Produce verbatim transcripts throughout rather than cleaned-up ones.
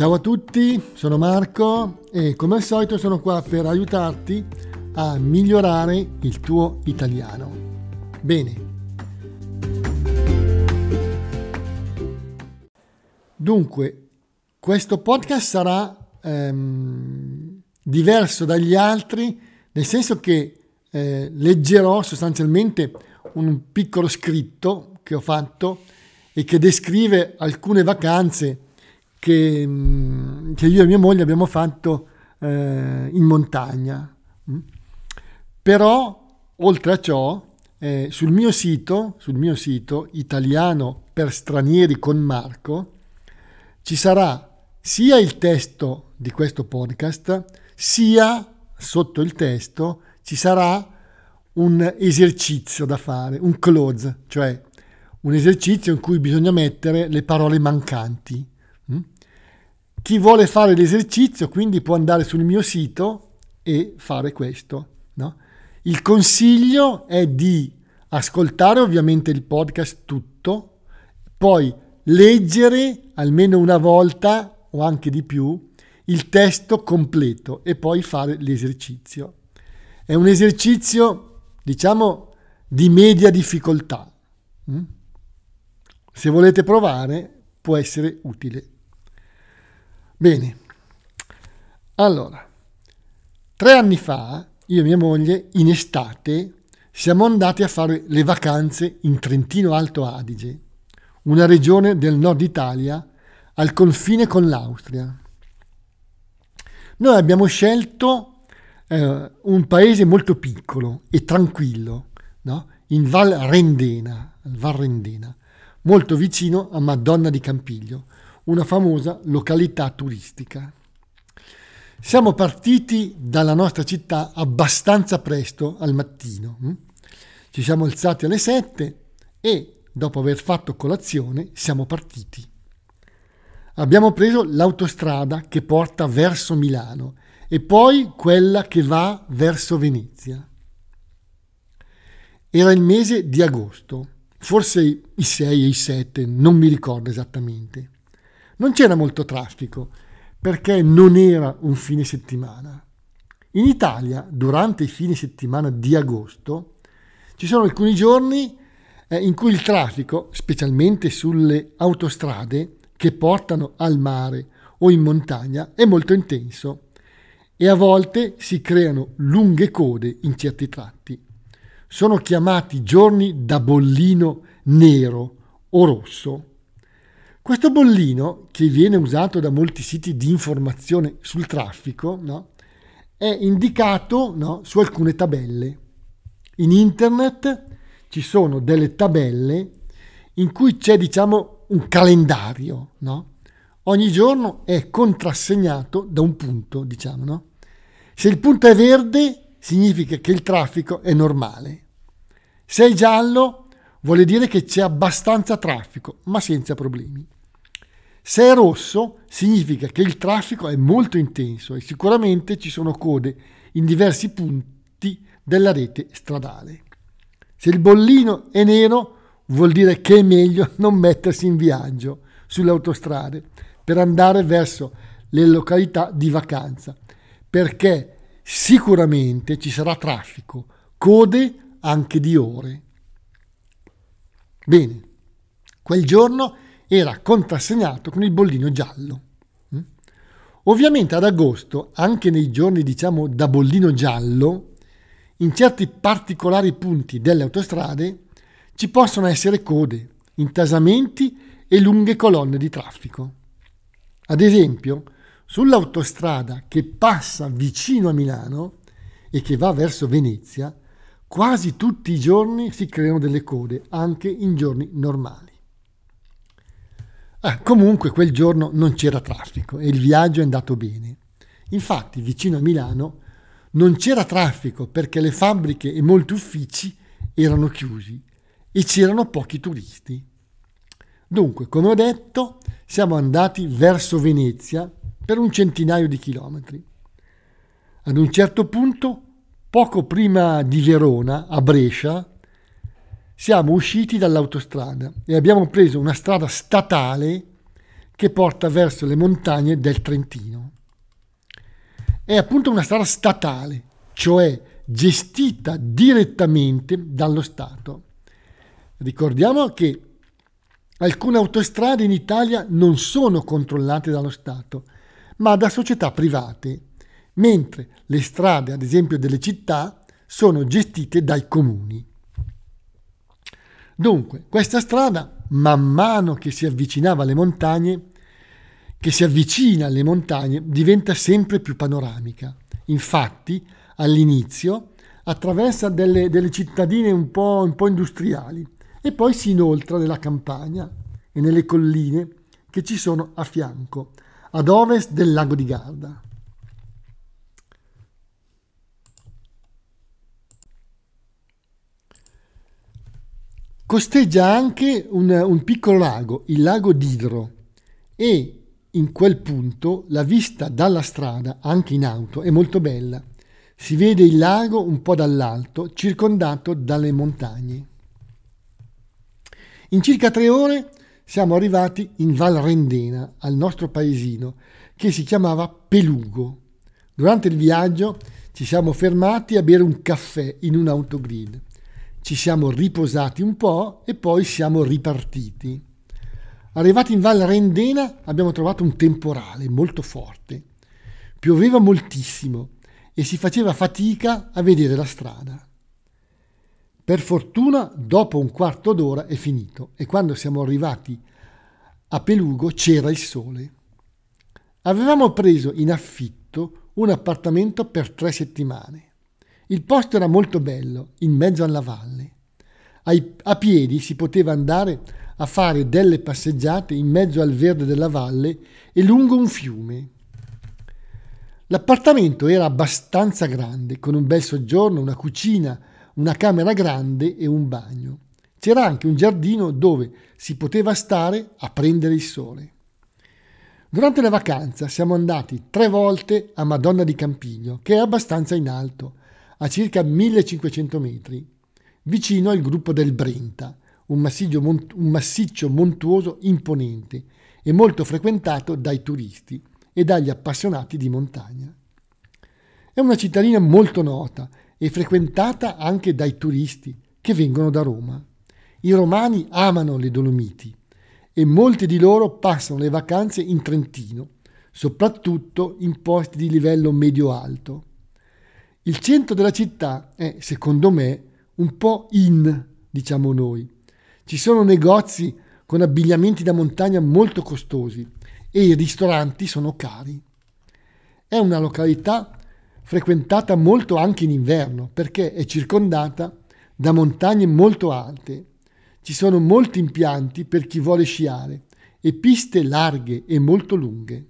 Ciao a tutti, sono Marco e come al solito sono qua per aiutarti a migliorare il tuo italiano. Bene. Dunque, questo podcast sarà ehm, diverso dagli altri, nel senso che eh, leggerò sostanzialmente un piccolo scritto che ho fatto e che descrive alcune vacanze che, che io e mia moglie abbiamo fatto eh, in montagna. Però, oltre a ciò, eh, sul mio sito, sul mio sito Italiano per stranieri con Marco, ci sarà sia il testo di questo podcast, sia sotto il testo ci sarà un esercizio da fare, un close, cioè un esercizio in cui bisogna mettere le parole mancanti. Chi vuole fare l'esercizio quindi può andare sul mio sito e fare questo, no? Il consiglio è di ascoltare ovviamente il podcast tutto, poi leggere almeno una volta o anche di più il testo completo e poi fare l'esercizio. È un esercizio, diciamo, di media difficoltà. Se volete provare, può essere utile. Bene, allora, tre anni fa, io e mia moglie, in estate, siamo andati a fare le vacanze in Trentino Alto Adige, una regione del nord Italia al confine con l'Austria. Noi abbiamo scelto eh, un paese molto piccolo e tranquillo, no? In Val Rendena, Val Rendena, molto vicino a Madonna di Campiglio, una famosa località turistica. Siamo partiti dalla nostra città abbastanza presto al mattino. Ci siamo alzati alle sette e dopo aver fatto colazione siamo partiti. Abbiamo preso l'autostrada che porta verso Milano e poi quella che va verso Venezia. Era il mese di agosto, forse i sei e i sette, non mi ricordo esattamente. Non c'era molto traffico perché non era un fine settimana. In Italia, durante i fine settimana di agosto, ci sono alcuni giorni eh, in cui il traffico, specialmente sulle autostrade che portano al mare o in montagna, è molto intenso e a volte si creano lunghe code in certi tratti. Sono chiamati giorni da bollino nero o rosso. Questo bollino, che viene usato da molti siti di informazione sul traffico, no, è indicato, no, su alcune tabelle. In internet ci sono delle tabelle in cui c'è, diciamo, un calendario, no? Ogni giorno è contrassegnato da un punto, diciamo, no? Se il punto è verde, significa che il traffico è normale. Se è giallo, vuole dire che c'è abbastanza traffico, ma senza problemi. Se è rosso, significa che il traffico è molto intenso e sicuramente ci sono code in diversi punti della rete stradale. Se il bollino è nero, vuol dire che è meglio non mettersi in viaggio sulle autostrade per andare verso le località di vacanza, perché sicuramente ci sarà traffico, code anche di ore. Bene, quel giorno era contrassegnato con il bollino giallo. Ovviamente ad agosto, anche nei giorni diciamo da bollino giallo, in certi particolari punti delle autostrade ci possono essere code, intasamenti e lunghe colonne di traffico. Ad esempio, sull'autostrada che passa vicino a Milano e che va verso Venezia, quasi tutti i giorni si creano delle code, anche in giorni normali. Ah, comunque quel giorno non c'era traffico e il viaggio è andato bene. Infatti, vicino a Milano non c'era traffico perché le fabbriche e molti uffici erano chiusi e c'erano pochi turisti. Dunque, come ho detto, siamo andati verso Venezia per un centinaio di chilometri. Ad un certo punto, poco prima di Verona, a Brescia, siamo usciti dall'autostrada e abbiamo preso una strada statale che porta verso le montagne del Trentino. È appunto una strada statale, cioè gestita direttamente dallo Stato. Ricordiamo che alcune autostrade in Italia non sono controllate dallo Stato, ma da società private, mentre le strade, ad esempio delle città, sono gestite dai comuni. Dunque, questa strada, man mano che si avvicinava alle montagne, che si avvicina alle montagne, diventa sempre più panoramica. Infatti, all'inizio, attraversa delle, delle cittadine un po', un po' industriali e poi si inoltra nella campagna e nelle colline che ci sono a fianco, ad ovest del lago di Garda. Costeggia anche un, un piccolo lago, il lago d'Idro, e in quel punto la vista dalla strada, anche in auto, è molto bella. Si vede il lago un po' dall'alto, circondato dalle montagne. In circa tre ore siamo arrivati in Val Rendena, al nostro paesino, che si chiamava Pelugo. Durante il viaggio ci siamo fermati a bere un caffè in un autogrill. Ci siamo riposati un po' e poi siamo ripartiti. Arrivati in Val Rendena abbiamo trovato un temporale molto forte. Pioveva moltissimo e si faceva fatica a vedere la strada. Per fortuna, dopo un quarto d'ora è finito e quando siamo arrivati a Pelugo c'era il sole. Avevamo preso in affitto un appartamento per tre settimane. Il posto era molto bello, in mezzo alla valle. Ai, a piedi si poteva andare a fare delle passeggiate in mezzo al verde della valle e lungo un fiume. L'appartamento era abbastanza grande, con un bel soggiorno, una cucina, una camera grande e un bagno. C'era anche un giardino dove si poteva stare a prendere il sole. Durante la vacanza siamo andati tre volte a Madonna di Campiglio, che è abbastanza in alto, a circa millecinquecento metri, vicino al gruppo del Brenta, un massiccio, mont- un massiccio montuoso imponente e molto frequentato dai turisti e dagli appassionati di montagna. È una cittadina molto nota e frequentata anche dai turisti che vengono da Roma. I romani amano le Dolomiti e molti di loro passano le vacanze in Trentino, soprattutto in posti di livello medio-alto. Il centro della città è, secondo me, un po' in, diciamo noi. Ci sono negozi con abbigliamenti da montagna molto costosi e i ristoranti sono cari. È una località frequentata molto anche in inverno perché è circondata da montagne molto alte. Ci sono molti impianti per chi vuole sciare e piste larghe e molto lunghe.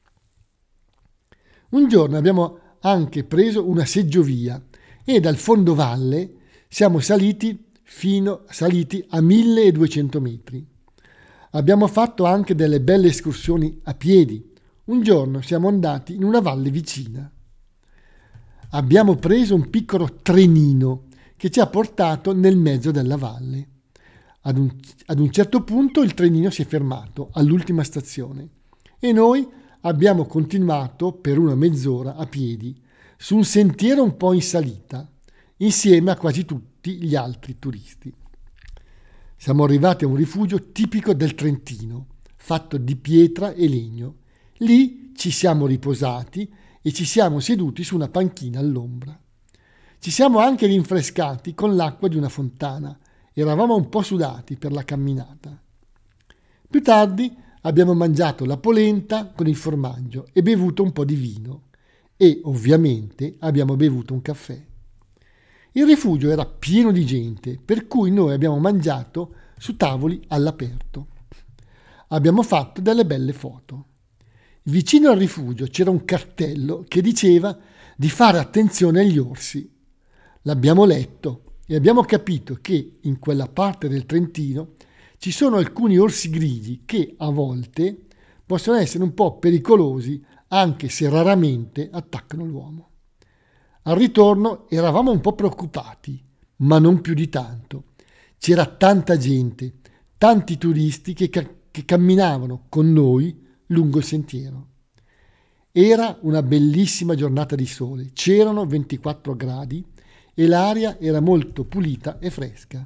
Un giorno abbiamo anche preso una seggiovia e dal fondovalle siamo saliti fino saliti a milleduecento metri. Abbiamo fatto anche delle belle escursioni a piedi. Un giorno siamo andati in una valle vicina. Abbiamo preso un piccolo trenino che ci ha portato nel mezzo della valle. Ad un, ad un certo punto il trenino si è fermato all'ultima stazione e noi abbiamo continuato per una mezz'ora a piedi su un sentiero un po' in salita, insieme a quasi tutti gli altri turisti. Siamo arrivati a un rifugio tipico del Trentino, fatto di pietra e legno. Lì ci siamo riposati e ci siamo seduti su una panchina all'ombra. Ci siamo anche rinfrescati con l'acqua di una fontana. Eravamo un po' sudati per la camminata. Più tardi abbiamo mangiato la polenta con il formaggio e bevuto un po' di vino e ovviamente abbiamo bevuto un caffè. Il rifugio era pieno di gente, per cui noi abbiamo mangiato su tavoli all'aperto. Abbiamo fatto delle belle foto. Vicino al rifugio c'era un cartello che diceva di fare attenzione agli orsi. L'abbiamo letto e abbiamo capito che in quella parte del Trentino ci sono alcuni orsi grigi che a volte possono essere un po' pericolosi anche se raramente attaccano l'uomo. Al ritorno eravamo un po' preoccupati, ma non più di tanto. C'era tanta gente, tanti turisti che, ca- che camminavano con noi lungo il sentiero. Era una bellissima giornata di sole, c'erano ventiquattro gradi e l'aria era molto pulita e fresca.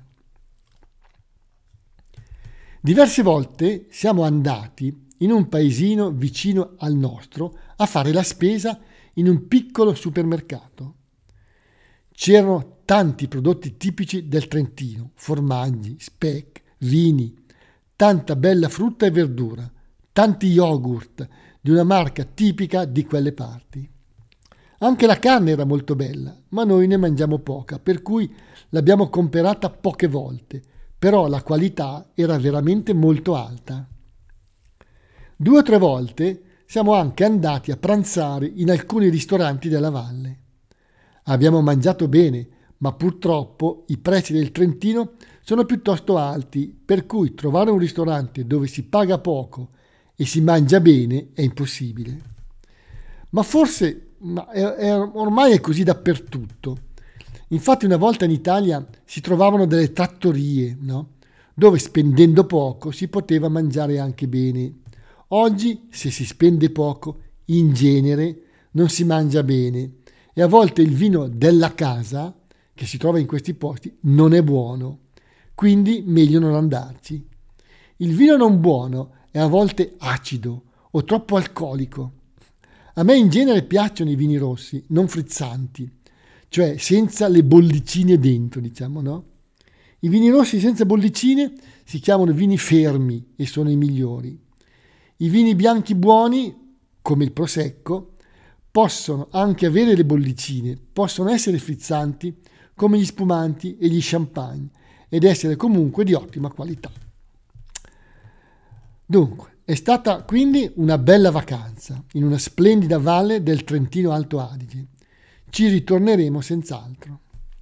Diverse volte siamo andati in un paesino vicino al nostro a fare la spesa in un piccolo supermercato. C'erano tanti prodotti tipici del Trentino, formaggi, speck, vini, tanta bella frutta e verdura, tanti yogurt di una marca tipica di quelle parti. Anche la carne era molto bella, ma noi ne mangiamo poca, per cui l'abbiamo comprata poche volte, però la qualità era veramente molto alta. Due o tre volte siamo anche andati a pranzare in alcuni ristoranti della valle. Abbiamo mangiato bene, ma purtroppo i prezzi del Trentino sono piuttosto alti, per cui trovare un ristorante dove si paga poco e si mangia bene è impossibile. Ma forse ma è, è, ormai è così dappertutto. Infatti una volta in Italia si trovavano delle trattorie, no? Dove spendendo poco si poteva mangiare anche bene. Oggi, se si spende poco, in genere non si mangia bene e a volte il vino della casa, che si trova in questi posti, non è buono. Quindi meglio non andarci. Il vino non buono è a volte acido o troppo alcolico. A me in genere piacciono i vini rossi, non frizzanti, cioè senza le bollicine dentro, diciamo, no? I vini rossi senza bollicine si chiamano vini fermi e sono i migliori. I vini bianchi buoni, come il Prosecco, possono anche avere le bollicine, possono essere frizzanti come gli spumanti e gli champagne ed essere comunque di ottima qualità. Dunque, è stata quindi una bella vacanza in una splendida valle del Trentino Alto Adige. Ci ritorneremo senz'altro.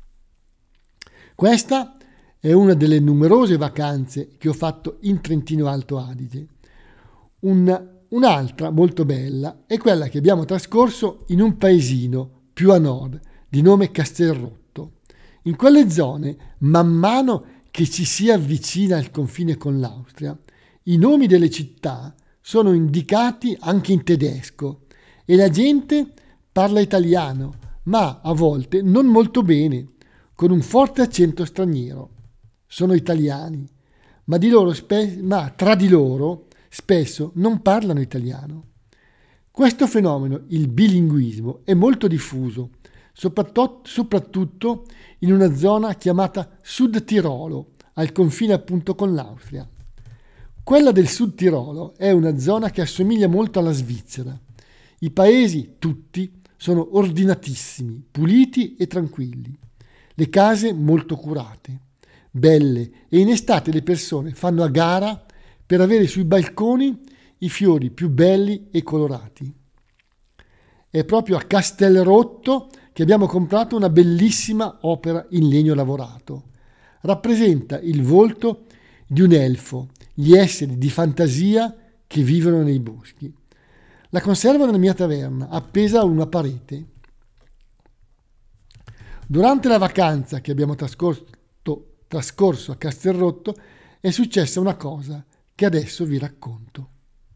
Questa è una delle numerose vacanze che ho fatto in Trentino Alto Adige. Un, un'altra molto bella è quella che abbiamo trascorso in un paesino più a nord di nome Castelrotto. In quelle zone, man mano che ci si avvicina al confine con l'Austria, i nomi delle città sono indicati anche in tedesco e la gente parla italiano, ma a volte non molto bene, con un forte accento straniero. Sono italiani, ma, di loro spe- ma tra di loro spesso non parlano italiano. Questo fenomeno, il bilinguismo, è molto diffuso, soprattutto, soprattutto in una zona chiamata Sud Tirolo, al confine appunto con l'Austria. Quella del Sud Tirolo è una zona che assomiglia molto alla Svizzera. I paesi, tutti, sono ordinatissimi, puliti e tranquilli. Le case molto curate, belle, e in estate le persone fanno a gara per avere sui balconi i fiori più belli e colorati. È proprio a Castelrotto che abbiamo comprato una bellissima opera in legno lavorato. Rappresenta il volto di un elfo, gli esseri di fantasia che vivono nei boschi. La conservo nella mia taverna, appesa a una parete. Durante la vacanza che abbiamo trascorso, trascorso a Castelrotto è successa una cosa che adesso vi racconto.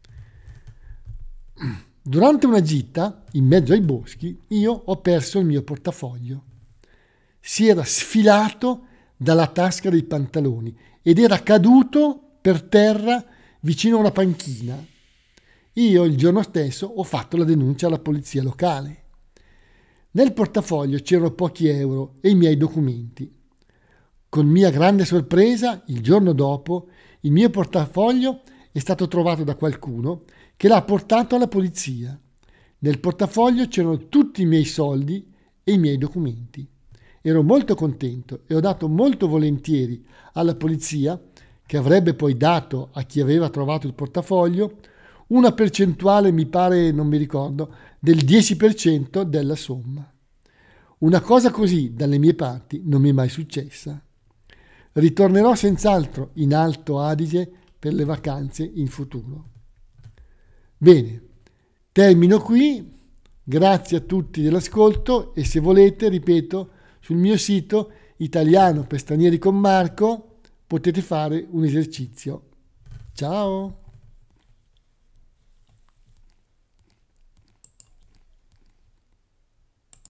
Durante una gita, in mezzo ai boschi, io ho perso il mio portafoglio. Si era sfilato dalla tasca dei pantaloni ed era caduto per terra vicino a una panchina. Io il giorno stesso ho fatto la denuncia alla polizia locale. Nel portafoglio c'erano pochi euro e i miei documenti. Con mia grande sorpresa, il giorno dopo, il mio portafoglio è stato trovato da qualcuno che l'ha portato alla polizia. Nel portafoglio c'erano tutti i miei soldi e i miei documenti. Ero molto contento e ho dato molto volentieri alla polizia, che avrebbe poi dato a chi aveva trovato il portafoglio una percentuale, mi pare, non mi ricordo, del dieci per cento della somma. Una cosa così dalle mie parti non mi è mai successa. Ritornerò senz'altro in Alto Adige per le vacanze in futuro. Bene, termino qui. Grazie a tutti dell'ascolto e se volete, ripeto, sul mio sito Italiano per stranieri con Marco potete fare un esercizio. Ciao!